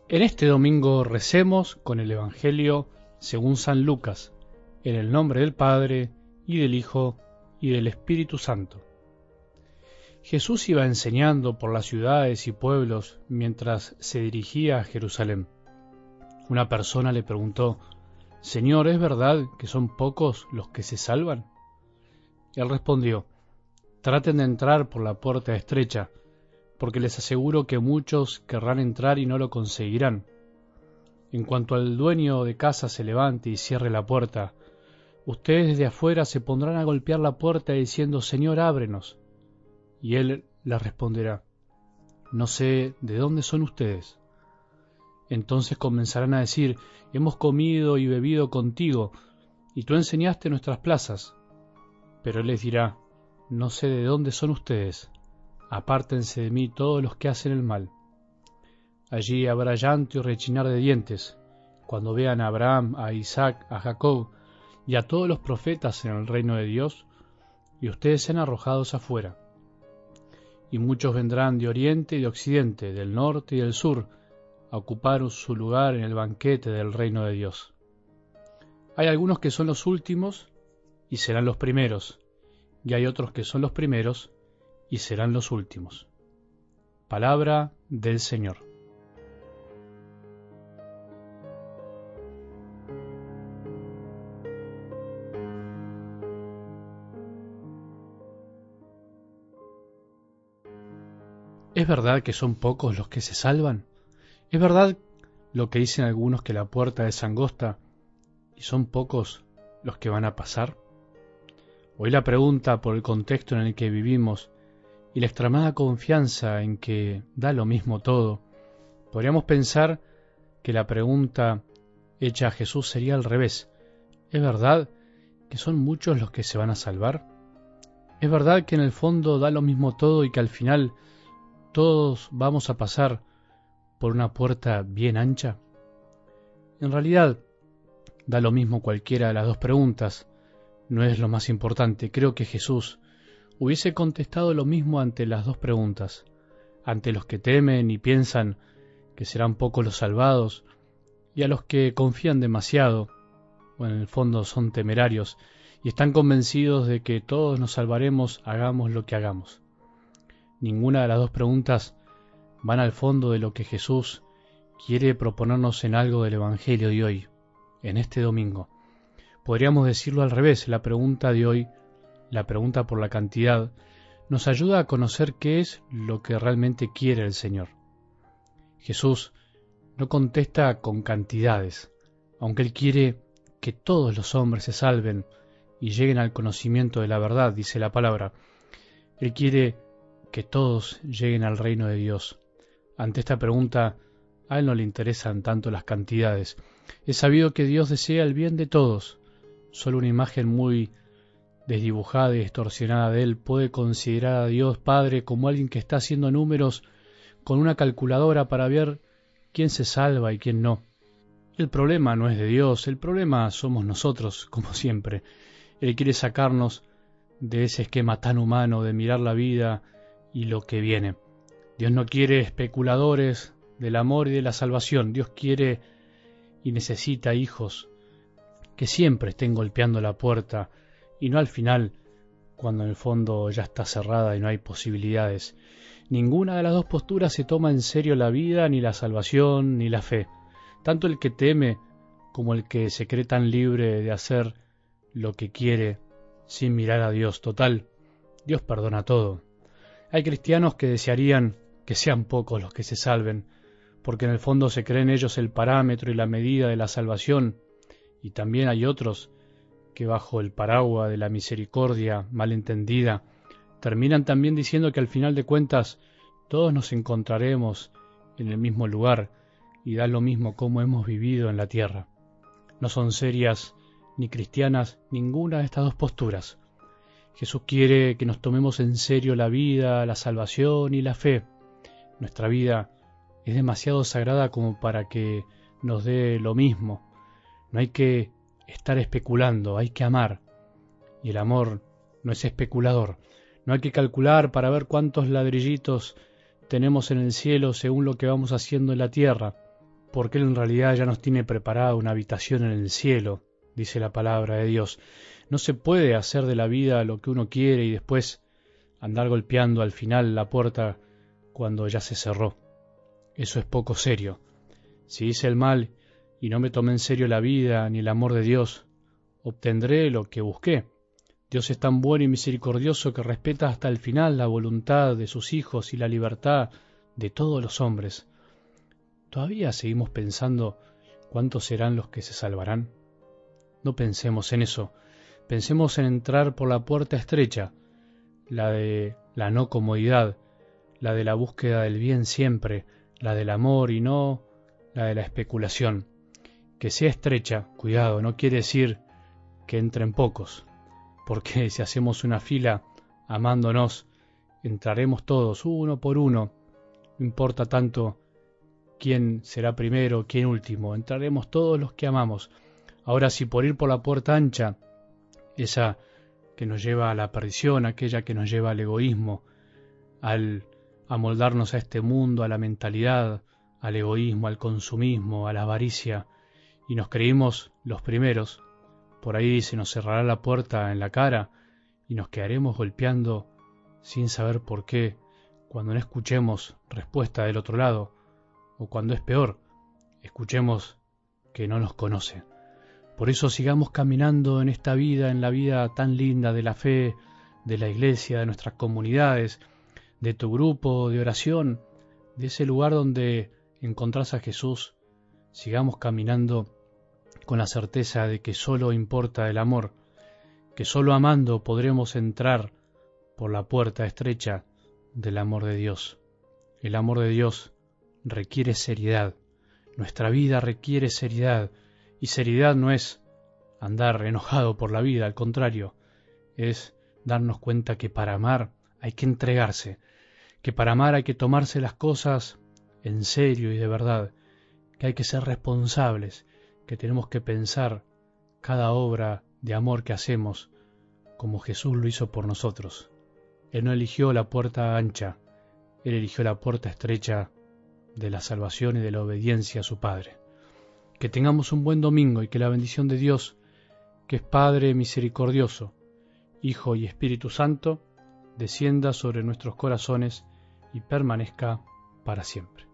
En este domingo recemos con el Evangelio según San Lucas, en el nombre del Padre, y del Hijo, y del Espíritu Santo. Jesús iba enseñando por las ciudades y pueblos mientras se dirigía a Jerusalén. Una persona le preguntó: «Señor, ¿es verdad que son pocos los que se salvan?». Él respondió: «Traten de entrar por la puerta estrecha, porque les aseguro que muchos querrán entrar y no lo conseguirán. En cuanto al dueño de casa se levante y cierre la puerta, ustedes desde afuera se pondrán a golpear la puerta diciendo: Señor, ábrenos. Y él les responderá: no sé de dónde son ustedes. Entonces comenzarán a decir: hemos comido y bebido contigo, y tú enseñaste nuestras plazas. Pero él les dirá: no sé de dónde son ustedes. Apártense de mí todos los que hacen el mal. Allí habrá llanto y rechinar de dientes, cuando vean a Abraham, a Isaac, a Jacob y a todos los profetas en el reino de Dios, y ustedes sean arrojados afuera. Y muchos vendrán de oriente y de occidente, del norte y del sur, a ocupar su lugar en el banquete del reino de Dios. Hay algunos que son los últimos y serán los primeros, y hay otros que son los primeros y serán los últimos». Palabra del Señor. ¿Es verdad que son pocos los que se salvan? ¿Es verdad lo que dicen algunos, que la puerta es angosta y son pocos los que van a pasar? Hoy la pregunta, por el contexto en el que vivimos y la extremada confianza en que da lo mismo todo, podríamos pensar que la pregunta hecha a Jesús sería al revés. ¿Es verdad que son muchos los que se van a salvar? ¿Es verdad que en el fondo da lo mismo todo y que al final todos vamos a pasar por una puerta bien ancha? En realidad, da lo mismo cualquiera de las dos preguntas, no es lo más importante. Creo que Jesús hubiese contestado lo mismo ante las dos preguntas, ante los que temen y piensan que serán pocos los salvados, y a los que confían demasiado, o en el fondo son temerarios, y están convencidos de que todos nos salvaremos, hagamos lo que hagamos. Ninguna de las dos preguntas van al fondo de lo que Jesús quiere proponernos en algo del Evangelio de hoy, en este domingo. Podríamos decirlo al revés. La pregunta de hoy, la pregunta por la cantidad, nos ayuda a conocer qué es lo que realmente quiere el Señor. Jesús no contesta con cantidades, aunque Él quiere que todos los hombres se salven y lleguen al conocimiento de la verdad, dice la palabra. Él quiere que todos lleguen al reino de Dios. Ante esta pregunta, a Él no le interesan tanto las cantidades. Es sabido que Dios desea el bien de todos. Solo una imagen muy desdibujada y distorsionada de Él puede considerar a Dios Padre como alguien que está haciendo números con una calculadora para ver quién se salva y quién no. El problema no es de Dios, el problema somos nosotros, como siempre. Él quiere sacarnos de ese esquema tan humano de mirar la vida y lo que viene. Dios no quiere especuladores del amor y de la salvación. Dios quiere y necesita hijos que siempre estén golpeando la puerta, y no al final, cuando en el fondo ya está cerrada y no hay posibilidades. Ninguna de las dos posturas se toma en serio la vida, ni la salvación, ni la fe. Tanto el que teme como el que se cree tan libre de hacer lo que quiere sin mirar a Dios. Total, Dios perdona todo. Hay cristianos que desearían que sean pocos los que se salven, porque en el fondo se creen ellos el parámetro y la medida de la salvación, y también hay otros que bajo el paraguas de la misericordia malentendida terminan también diciendo que al final de cuentas todos nos encontraremos en el mismo lugar y da lo mismo cómo hemos vivido en la tierra. No son serias ni cristianas ninguna de estas dos posturas. Jesús quiere que nos tomemos en serio la vida, la salvación y la fe. Nuestra vida es demasiado sagrada como para que nos dé lo mismo. No hay que estar especulando, hay que amar. Y el amor no es especulador. No hay que calcular para ver cuántos ladrillitos tenemos en el cielo según lo que vamos haciendo en la tierra. porque Él en realidad ya nos tiene preparada una habitación en el cielo, dice la palabra de Dios. No se puede hacer de la vida lo que uno quiere y después andar golpeando al final la puerta cuando ya se cerró. Eso es poco serio. Si hice el mal y no me tomé en serio la vida ni el amor de Dios, obtendré lo que busqué. Dios es tan bueno y misericordioso que respeta hasta el final la voluntad de sus hijos y la libertad de todos los hombres. ¿Todavía seguimos pensando cuántos serán los que se salvarán? No pensemos en eso. Pensemos en entrar por la puerta estrecha, la de la no comodidad, la de la búsqueda del bien siempre, la del amor y no la de la especulación. Que sea estrecha, cuidado, no quiere decir que entren pocos, porque si hacemos una fila amándonos, entraremos todos, uno por uno, no importa tanto quién será primero, quién último, entraremos todos los que amamos. Ahora, si por ir por la puerta ancha, esa que nos lleva a la perdición, aquella que nos lleva al egoísmo, al amoldarnos a este mundo, a la mentalidad, al egoísmo, al consumismo, a la avaricia, y nos creímos los primeros, por ahí se nos cerrará la puerta en la cara y nos quedaremos golpeando sin saber por qué, cuando no escuchemos respuesta del otro lado, o cuando es peor, escuchemos que no nos conoce. Por eso sigamos caminando en esta vida, en la vida tan linda de la fe, de la iglesia, de nuestras comunidades, de tu grupo de oración, de ese lugar donde encontrás a Jesús. Sigamos caminando con la certeza de que solo importa el amor, que solo amando podremos entrar por la puerta estrecha del amor de Dios. El amor de Dios requiere seriedad, nuestra vida requiere seriedad, y seriedad no es andar enojado por la vida, al contrario, es darnos cuenta que para amar hay que entregarse, que para amar hay que tomarse las cosas en serio y de verdad, que hay que ser responsables, que tenemos que pensar cada obra de amor que hacemos como Jesús lo hizo por nosotros. Él no eligió la puerta ancha, Él eligió la puerta estrecha de la salvación y de la obediencia a su Padre. Que tengamos un buen domingo y que la bendición de Dios, que es Padre misericordioso, Hijo y Espíritu Santo, descienda sobre nuestros corazones y permanezca para siempre.